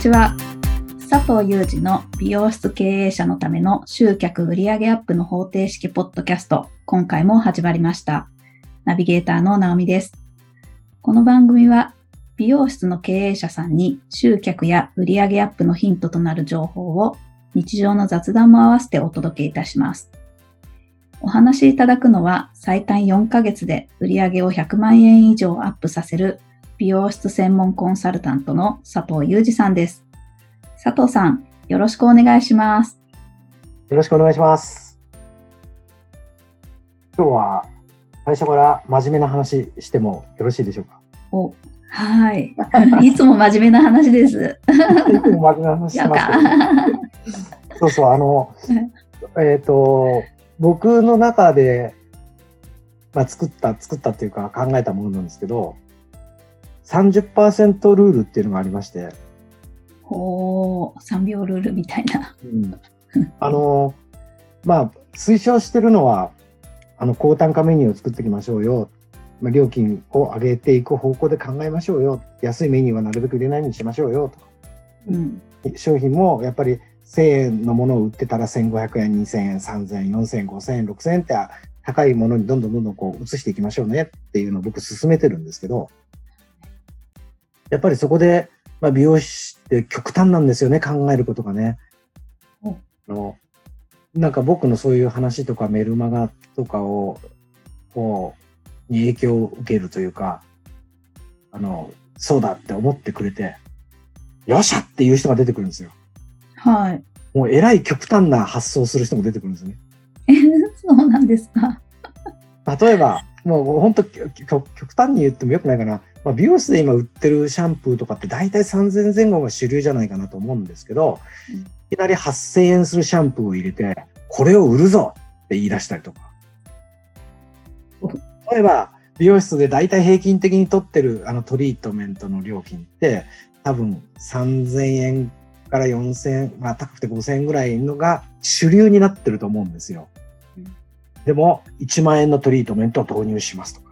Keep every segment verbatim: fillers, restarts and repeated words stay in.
ちは。佐藤祐二の美容室経営者のための集客売上アップの方程式ポッドキャスト、今回も始まりました。ナビゲーターの直美です。この番組は美容室の経営者さんに集客や売上アップのヒントとなる情報を日常の雑談も合わせてお届けいたします。お話しいただくのは最短よんかげつで売上をひゃくまんえん以上アップさせる美容室専門コンサルタントの佐藤祐二さんです。佐藤さん、よろしくお願いします。 よろしくお願いします。今日は最初から真面目な話してもよろしいでしょうか。 お、はい。いつも真面目な話です。 いつも真面目な話してますけど。そうそう、あの、えっと、僕の中で、まあ、作った、作ったっていうか考えたものなんですけど、さんじゅっパーセント ルールっていうのがありまして。 ほう、さんびょうルールみたいな。 うん、あの、まあ、推奨してるのは、あの、高単価メニューを作っていきましょうよ。まあ、料金を上げていく方向で考えましょうよ。安いメニューはなるべく入れないようにしましょうよ。とか、うん、商品もやっぱりせんえんのものを売ってたらせんごひゃくえん、にせんえん、さんぜんえん、よんせんえん、ごせんえん、ろくせんえんって高いものにどんどんどんどんこう移していきましょうねっていうのを僕進めてるんですけど、やっぱりそこで、まあ、美容師って極端なんですよね、考えることがね。あのなんか僕のそういう話とかメルマガとかをこうに影響を受けるというか、あのそうだって思ってくれて、よっしゃっていう人が出てくるんですよ。 はい。 もうえらい極端な発想する人も出てくるんですね。 え、そうなんですか。 例えば、もう本当極端に言ってもよくないかな。まあ、美容室で今売ってるシャンプーとかって大体さんぜんぜん後が主流じゃないかなと思うんですけど、うん、いきなりはっせんえんするシャンプーを入れて、これを売るぞって言い出したりとか。例えば、美容室で大体平均的に取ってるあのトリートメントの料金って多分さんぜんえんからよんせんえん、まあ高くてごせんえんぐらいのが主流になってると思うんですよ。うん、でもいちまんえんのトリートメントを導入しますとか。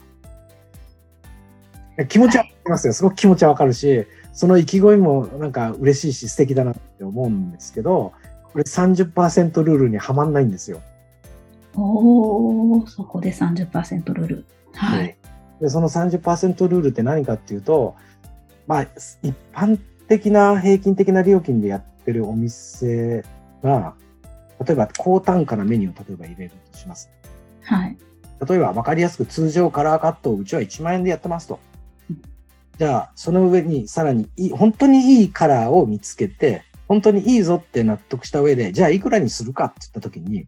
気持ちはわかりますよ。すごく気持ちはわかるし、その意気込みもなんか嬉しいし素敵だなって思うんですけど、これ さんじゅっパーセント ルールにはまんないんですよ。 おー、そこで さんじゅっパーセント ルール。はい。 で、その さんじゅっパーセント ルールって何かっていうと、まあ、一般的な平均的な料金でやってるお店が、例えば高単価なメニューを例えば入れるとします。 はい。 例えば分かりやすく通常カラーカットをうちはいちまんえんでやってますと。じゃあ、その上にさらにいい、本当にいいカラーを見つけて、本当にいいぞって納得した上で、じゃあいくらにするかって言ったときに、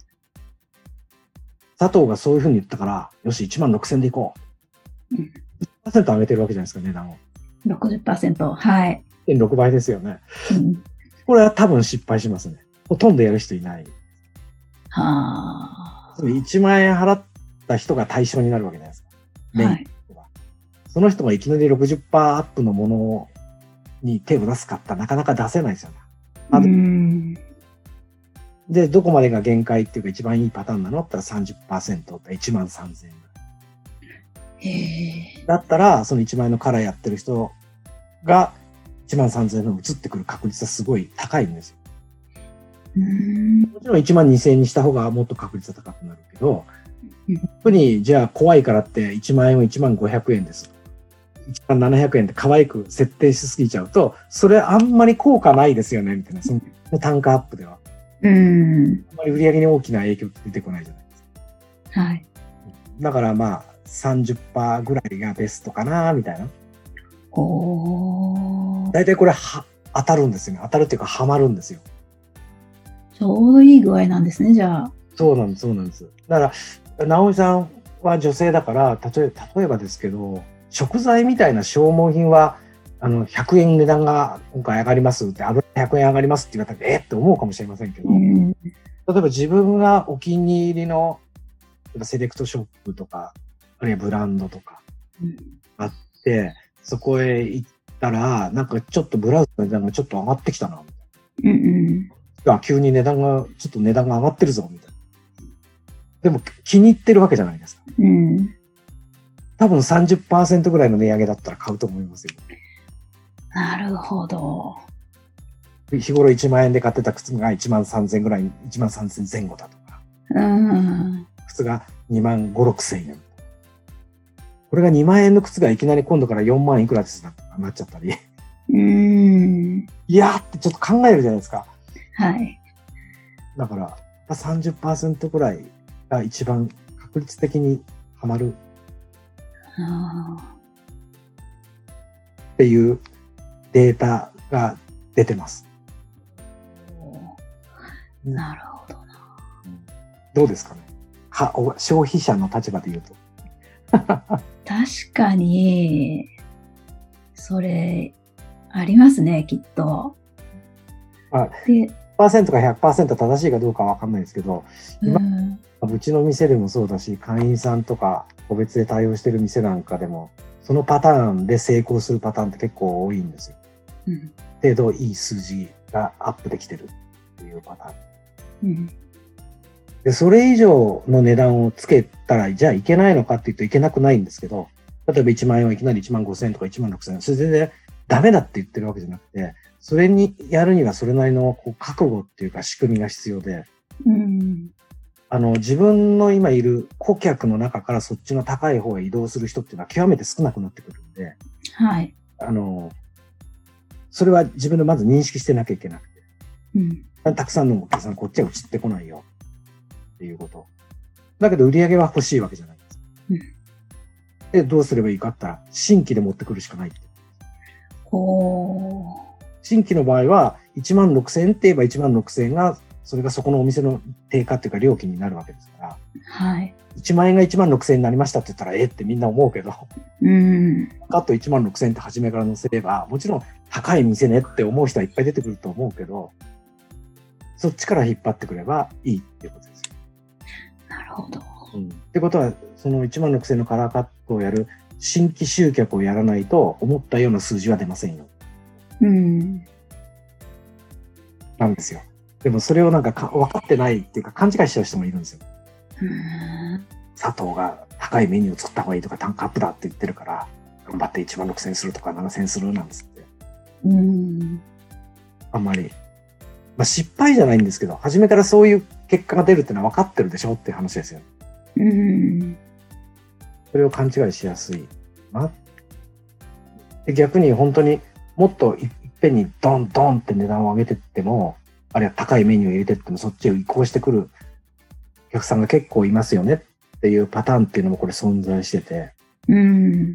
佐藤がそういうふうに言ったから、よし、いちまんろくせんでいこう。うん、いちパーセント 上げてるわけじゃないですか、値段を。 ろくじゅっパーセント。はい。 いってんろく 倍ですよね。 うん、 これは多分失敗しますね。ほとんどやる人いない。 はあ。 いちまんえん払った人が対象になるわけじゃないですか。はい。その人がいきなり ろくじゅっパーセント アップのものに手を出すかったらなかなか出せないですよね。 うん。 で、どこまでが限界っていうか一番いいパターンなのって言ったら さんじゅっパーセント っていちまんさんぜんえん。 へー。 だったら、そのいちまんえんのカラーやってる人がいちまんさんぜんえんの移ってくる確率はすごい高いんですよ。 うん、 もちろんいちまんにせんえんにした方がもっと確率は高くなるけど、本当にじゃあ怖いからっていちまんえんをいちまんごひゃくえんです。いちまんななひゃくえんって可愛く設定しすぎちゃうと、それあんまり効果ないですよね、みたいな。その単価アップでは。 うん。 あんまり売り上げに大きな影響って出てこないじゃないですか。はい。 だからまあ、さんじゅっパーセント ぐらいがベストかな、みたいな。 おー。 大体これは当たるんですよね。当たるっていうか、はまるんですよ。 ちょうどいい具合なんですね、じゃあ。 そうなんです、そうなんです。だから、直美さんは女性だから、例え例えばですけど、食材みたいな消耗品は、あの、ひゃくえん値段が今回上がりますって、油ひゃくえん上がりますって言われたら、えって思うかもしれませんけど、うん、例えば自分がお気に入りのセレクトショップとか、あるいはブランドとかあって、うん、そこへ行ったら、なんかちょっとブラウスの値段がちょっと上がってきたな、みたいな。うんうん、急に値段が、ちょっと値段が上がってるぞ、みたいな。でも気に入ってるわけじゃないですか。うん、多分 さんじゅっパーセント ぐらいの値上げだったら買うと思いますよ。 なるほど。 日頃いちまんえんで買ってた靴がいちまんさんぜんぐらい、いちまんさんぜんぜん後だとか、 うん。 靴がにまんご、ろくせんえん。これがにまん円の靴がいきなり今度からよんまんいくらですななっちゃったり。 うん。 いやーってちょっと考えるじゃないですか。 はい。 だから、さんじゅっパーセントくらいが一番確率的にはまるあっていうデータが出てます。 ーなるほどな。 どうですかね。かお消費者の立場で言うと。 確かに、それ、ありますね、きっと。 あで、 ひゃくパーセントかひゃくパーセント正しいかどうかわかんないですけど、今、 うん、 うちの店でもそうだし、会員さんとか個別で対応してる店なんかでも、そのパターンで成功するパターンって結構多いんですよ。 うん、 程度いい数字がアップできてるっていうパターン。 うん、 で、それ以上の値段をつけたら、じゃあいけないのかって言うといけなくないんですけど、例えばいちまん円をいきなりいちまんごせんえんとかいちまんろくせんえん、それ全然ダメだって言ってるわけじゃなくて、それにやるにはそれなりのこう覚悟っていうか仕組みが必要で、 うん、 あの、自分の今いる顧客の中からそっちの高い方へ移動する人っていうのは極めて少なくなってくるんで、 はい。 あの、それは自分でまず認識してなきゃいけなくて、 うん、 たくさんのお客さんこっちは移ってこないよっていうこと。だけど売り上げは欲しいわけじゃないんです。 うん、 で、どうすればいいかって言ったら、新規で持ってくるしかないって。 おー。 新規の場合は、いちまんろくせんえんって言えばいちまんろくせんえんが、それがそこのお店の定価っていうか料金になるわけですから、 はい。 いちまん円がいちまんろくせんえんになりましたって言ったら、えってみんな思うけど、 うん、 カットいちまんろくせんえんって初めから載せれば、もちろん高い店ねって思う人はいっぱい出てくると思うけど、そっちから引っ張ってくればいいっていうことですよ。 なるほど。 うん、ってことは、そのいちまんろくせんえんのカラーカットをやる新規集客をやらないと思ったような数字は出ませんよ。 うん、 なんですよ。でもそれをなんかか分かってないっていうか勘違いしちゃう人もいるんですよ。 うん、 佐藤が高いメニューを作った方がいいとか単価アップだって言ってるから、頑張っていちまんろくせんえんするとかななせんえんするなんつって。 うん、 あんまり。まあ失敗じゃないんですけど、初めからそういう結果が出るってのは分かってるでしょっていう話ですよ。 うん、 それを勘違いしやすいな。で逆に本当にもっといっぺんにドンドンって値段を上げてっても、あるいは高いメニューを入れてってもそっちを移行してくるお客さんが結構いますよねっていうパターンっていうのもこれ存在してて、 うん、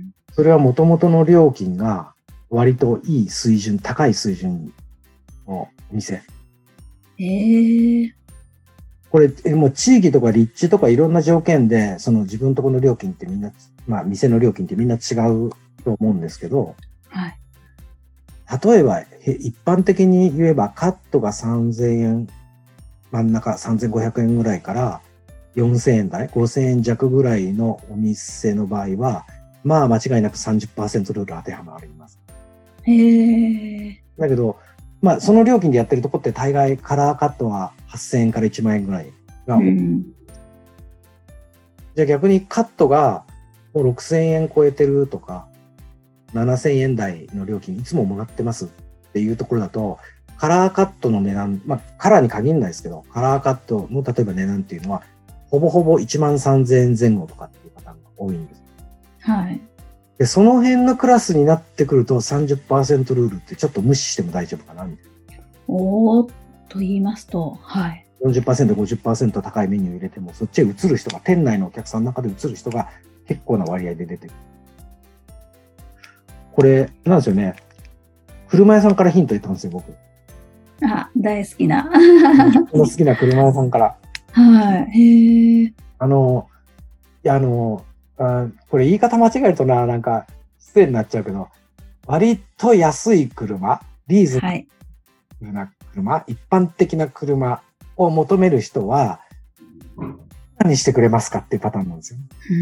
それは元々の料金が割といい水準、高い水準の店。 えー、 これ、もう地域とか立地とかいろんな条件で、その自分のところの料金ってみんな、まあ店の料金ってみんな違うと思うんですけど、 はい。 例えば一般的に言えばカットがさんぜんえん、真ん中さんぜんごひゃくえんぐらいからよんせんえん台、ごせんえん弱ぐらいのお店の場合は、まあ間違いなく さんじゅっパーセント ルール当てはまります。 へー。 だけど、まあその料金でやってるとこって大概カラーカットははっせんえんからいちまんえんぐらいが、 うん、 じゃあ逆にカットがもうろくせんえん超えてるとか、ななせんえん台の料金いつももらってますっていうところだと、カラーカットの値段、まあカラーに限らないですけど、カラーカットの例えば値段っていうのは、ほぼほぼいちまんさんぜんえん前後とかっていうパターンが多いんです。 はい。 で、その辺のクラスになってくると さんじゅっパーセント ルールってちょっと無視しても大丈夫かなみたいな。 おーと言いますと、はい。 よんじゅっパーセント、ごじゅっパーセント 高いメニュー入れても、そっちへ移る人が、店内のお客さんの中で移る人が結構な割合で出てくる。これ、なんですよね。車屋さんからヒント言ったんですよ、僕。 あ、大好きな。 僕の好きな車屋さんから。 はい。へえ。 あの、いや、あの、あこれ言い方間違えるとな、なんか失礼になっちゃうけど、割と安い車、リーズナブルな車、一般的な車を求める人は、何してくれますかっていうパターンなんですよ。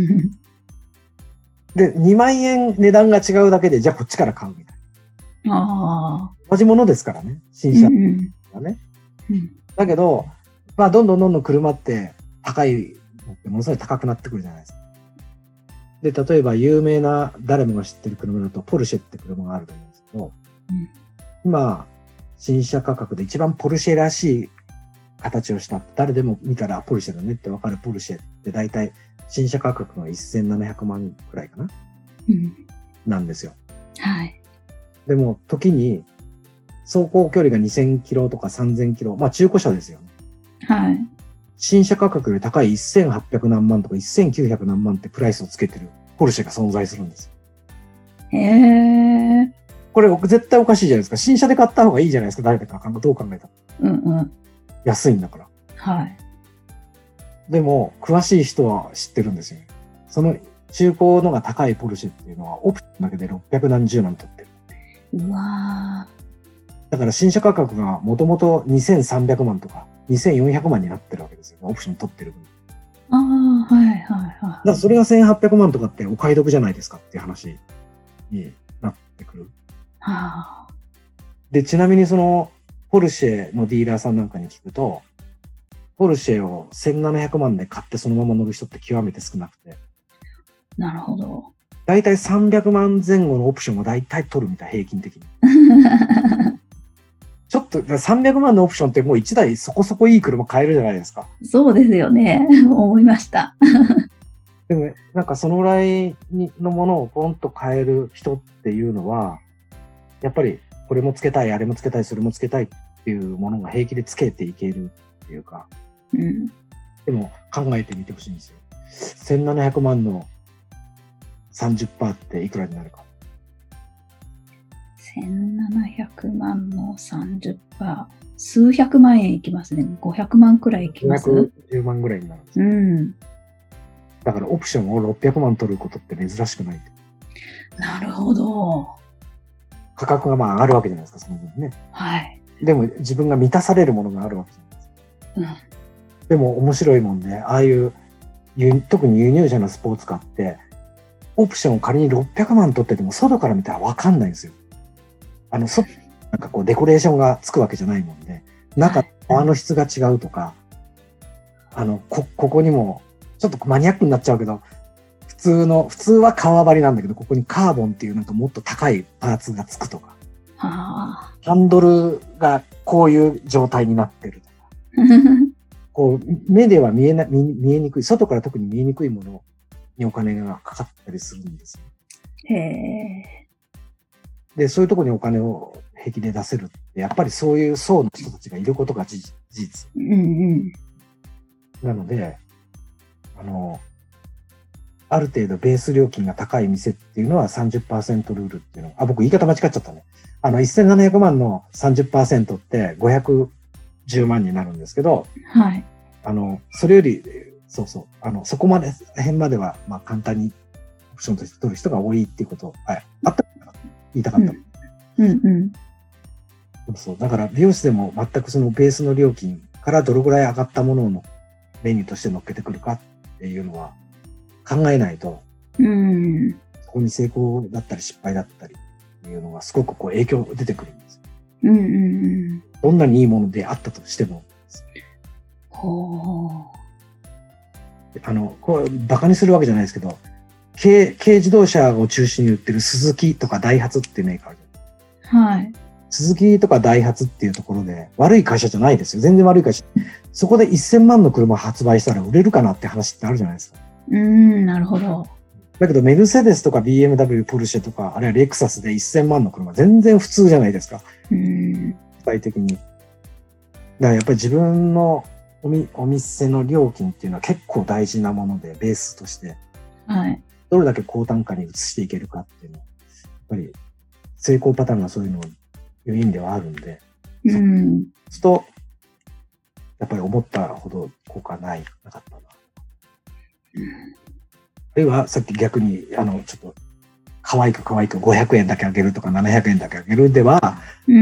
で、にまん円値段が違うだけで、じゃあこっちから買うみたいな。 ああ。 同じものですからね、新車がね。 うんうん、 だけど、まあ、どんどんどんどん車って高い、ものすごい高くなってくるじゃないですか。で、例えば有名な誰もが知ってる車だと、ポルシェって車があると思うんですけど、うん、今、 新車価格で一番ポルシェらしい形をした、誰でも見たらポルシェだねってわかるポルシェって大体新車価格がせんななひゃくまんくらいかな、 うん、 なんですよ。 はい。 でも時に走行距離がにせんキロとかさんぜんキロ、まあ中古車ですよね。 はい。 新車価格より高いせんはっぴゃくなんまんとかせんきゅうひゃくなんまんってプライスをつけてるポルシェが存在するんですよ。 へえ。 これ絶対おかしいじゃないですか。新車で買った方がいいじゃないですか。誰かどう考えたら。 うんうん。 安いんだから。 はい。 でも、詳しい人は知ってるんですよね。その中古のが高いポルシェっていうのは、オプションだけでろっぴゃくなんじゅうまん取ってる。 うわー。 だから新車価格がもともとにせんさんびゃくまんとかにせんよんひゃくまんになってるわけですよね。オプション取ってる分。 ああ、はいはいはい。だからそれがせんはっぴゃくまんとかってお買い得じゃないですかっていう話になってくる。 はあ。 で、ちなみにその、ポルシェのディーラーさんなんかに聞くと、ポルシェをせんななひゃくまんで買ってそのまま乗る人って極めて少なくて。 なるほど。 だいたいさんびゃくまんぜん後のオプションをだいたい取るみたい、平均的に。ちょっと、さんびゃくまんのオプションってもういちだいそこそこいい車買えるじゃないですか。 そうですよね。思いました。 でも、なんかそのぐらいのものをポンと買える人っていうのは、やっぱりこれもつけたい、あれもつけたい、それもつけたいっていうものが平気でつけていけるっていうか、 うん、 でも考えてみてほしいんですよ。せんななひゃくまんの さんじゅっパーセント っていくらになるか。 せんななひゃくまんの さんじゅっパーセント、数百万円いきますね。ごひゃくまんくらいいきます。 ごひゃくじゅうまんぐらいになるんですよ。 うん。 だからオプションをろっぴゃくまん取ることって珍しくない。 なるほど。 価格がまあ上がるわけじゃないですか、その分ね。 はい。 でも自分が満たされるものがあるわけじゃないですか。 うん。 でも面白いもんで、ああいう特に輸入車のスポーツカーってオプションを仮にろっぴゃくまん取ってても外から見たら分かんないんですよ。あの外なんかこうデコレーションがつくわけじゃないもんで、中泡の質が違うとか、あの こ, ここにもちょっとマニアックになっちゃうけど、普通の普通は革張りなんだけど、ここにカーボンっていうなんかもっと高いパーツがつくとか、 はあ、 ハンドルがこういう状態になってるとか。こう目では見えな 見, 見えにくい、外から特に見えにくいものにお金がかかったりするんですよ。 へえ。 で、そういうところにお金を平気で出せるって、やっぱりそういう層の人たちがいることが事実。 うんうん。 なので、あの、ある程度ベース料金が高い店っていうのは さんじゅっパーセント ルールっていうの、あ、僕言い方間違っちゃったね。あの、せんななひゃくまんの さんじゅっパーセント ってごひゃくじゅうまんになるんですけど、 はい。 あの、それより、そうそう、あの、そこまで、辺までは、まあ簡単にオプションとして取る人が多いっていうことを、はい、あった言いたかった。 うん、うん、うん。 そうそう。だから美容室でも全くそのベースの料金からどれぐらい上がったものをメニューとして乗っけてくるかっていうのは考えないと、 うん、 そこに成功だったり失敗だったりっていうのがすごくこう影響出てくるんですよ。 うん、うん。 どんなにいいものであったとしても。 ほう。 あの、こう、バカにするわけじゃないですけど、軽、軽自動車を中心に売ってるスズキとかダイハツっていうメーカーあるじゃないですか。 はい。 スズキとかダイハツっていうところで悪い会社じゃないですよ。全然悪い会社。そこでせんまんの車発売したら売れるかなって話ってあるじゃないですか。 うーん、なるほど。 だけどメルセデスとか ビーエムダブリュー、ポルシェとか、あるいはレクサスでせんまんの車全然普通じゃないですか。 うーん。 具体的に。だからやっぱり自分のお, みお店の料金っていうのは結構大事なもので、ベースとして。 はい。 どれだけ高単価に移していけるかっていうのは、やっぱり成功パターンがそういうのをいう意味ではあるんで、 うん。 そうすると、やっぱり思ったほど効果ない、なかったな。 うん、 あるいはさっき逆に、あの、ちょっと、可愛く可愛くごひゃくえんだけあげるとかななひゃくえんだけあげるでは、 うん。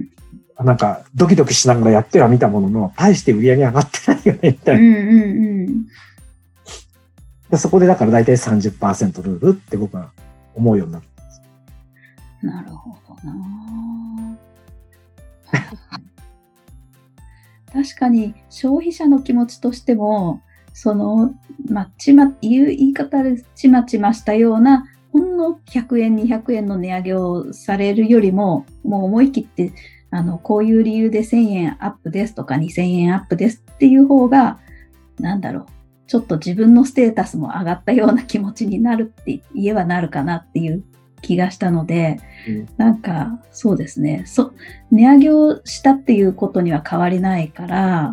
なんかドキドキしながらやってはみたものの、大して売り上げ上がってないよね、みたいな。 うんうんうん。 でそこでだから大体 さんじゅっパーセント ルールって僕は思うようになったんです。 なるほどな。確かに消費者の気持ちとしても、その、まあ、ちま、言う言い方でちまちましたような、ほんのひゃくえん、にひゃくえんの値上げをされるよりも、もう思い切って、 あの、こういう理由でせんえんアップですとかにせんえんアップですっていう方が、なんだろう、ちょっと自分のステータスも上がったような気持ちになるって言えばなるかなっていう気がしたので、うん、なんかそうですね、そ値上げをしたっていうことには変わりないから、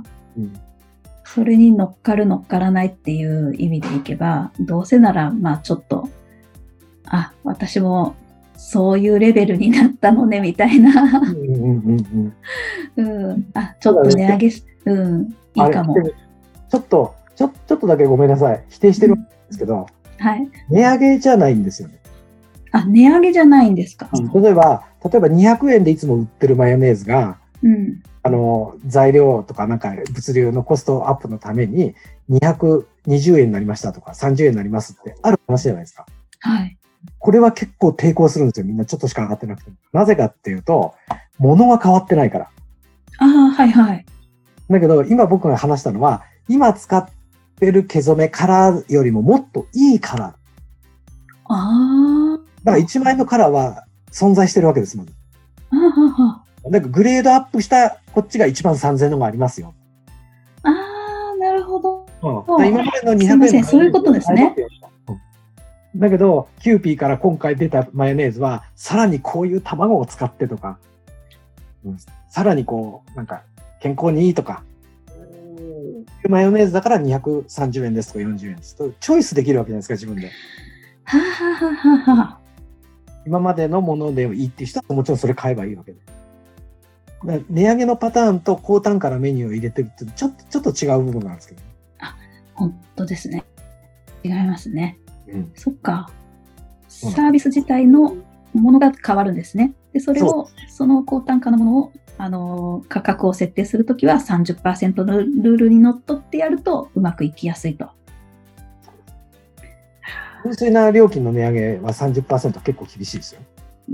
うん、それに乗っかる乗っからないっていう意味でいけば、どうせならまあちょっと、あ、私もそういうレベルになったのねみたいな、あ、ちょっと値上げし、うん、いいかも。 ちょっとちょ、ちょっとだけごめんなさい。否定してるんですけど、うん、はい。値上げじゃないんですよね。 あ、値上げじゃないんですか。 例えば、例えばにひゃくえんでいつも売ってるマヨネーズが、うん、あの、材料とかなんか物流のコストアップのためににひゃくにじゅうえんになりましたとかさんじゅうえんになりますってある話じゃないですか。はい。これは結構抵抗するんですよ。みんなちょっとしか上がってなくても。なぜかっていうと、物は変わってないから。 ああ、はいはい。 だけど、今僕が話したのは、今使ってる毛染めカラーよりももっといいカラー。ああ。だからいちまんえんのカラーは存在してるわけですもん。あはは。なんかグレードアップしたこっちがいちまんさんぜんえんのがありますよ。 ああ、なるほど。 うん、今までのにひゃくえんのそういうことですね。 だけど、キューピーから今回出たマヨネーズは、さらにこういう卵を使ってとか、うん、さらにこう、なんか、健康にいいとか、マヨネーズだからにひゃくさんじゅうえんですとかよんじゅうえんですと、チョイスできるわけじゃないですか、自分で。ははははは。今までのものでいいっていう人はもちろんそれ買えばいいわけで。だから値上げのパターンと高単価なメニューを入れてるってちょっと、ちょっと違う部分なんですけど、ね。 あ、本当ですね。違いますね。うん、そっか。サービス自体のものが変わるんですね。で、それを、その高単価のものを、あの、価格を設定するときは さんじゅっパーセント のルールにのっとってやるとうまくいきやすいと。 純粋な料金の値上げは さんじゅっパーセント 結構厳しいですよ。うん。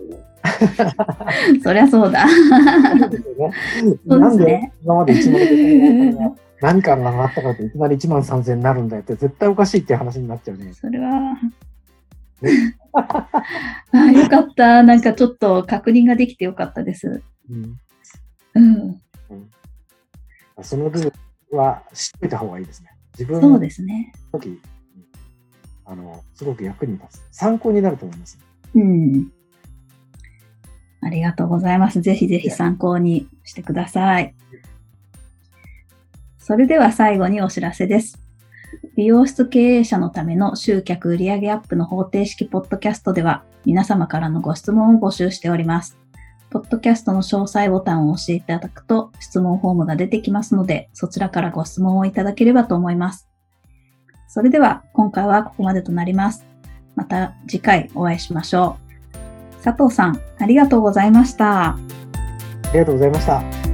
そりゃそうだ。 なんで今までいちまんえん何かが上がったからっていきなりいちまんさんぜんえんになるんだよって絶対おかしいっていう話になっちゃうね。 それは。あ、よかった。なんかちょっと確認ができてよかったです。うん。うんうん、その部分は知っておいた方がいいですね。自分そうですね。 時、あの、すごく役に立つ。参考になると思います。 うん。ありがとうございます。ぜひぜひ参考にしてください。それでは最後にお知らせです。美容室経営者のための集客売上アップの方程式ポッドキャストでは皆様からのご質問を募集しております。ポッドキャストの詳細ボタンを押していただくと質問フォームが出てきますので、そちらからご質問をいただければと思います。それでは今回はここまでとなります。また次回お会いしましょう。佐藤さん、ありがとうございました。 ありがとうございました。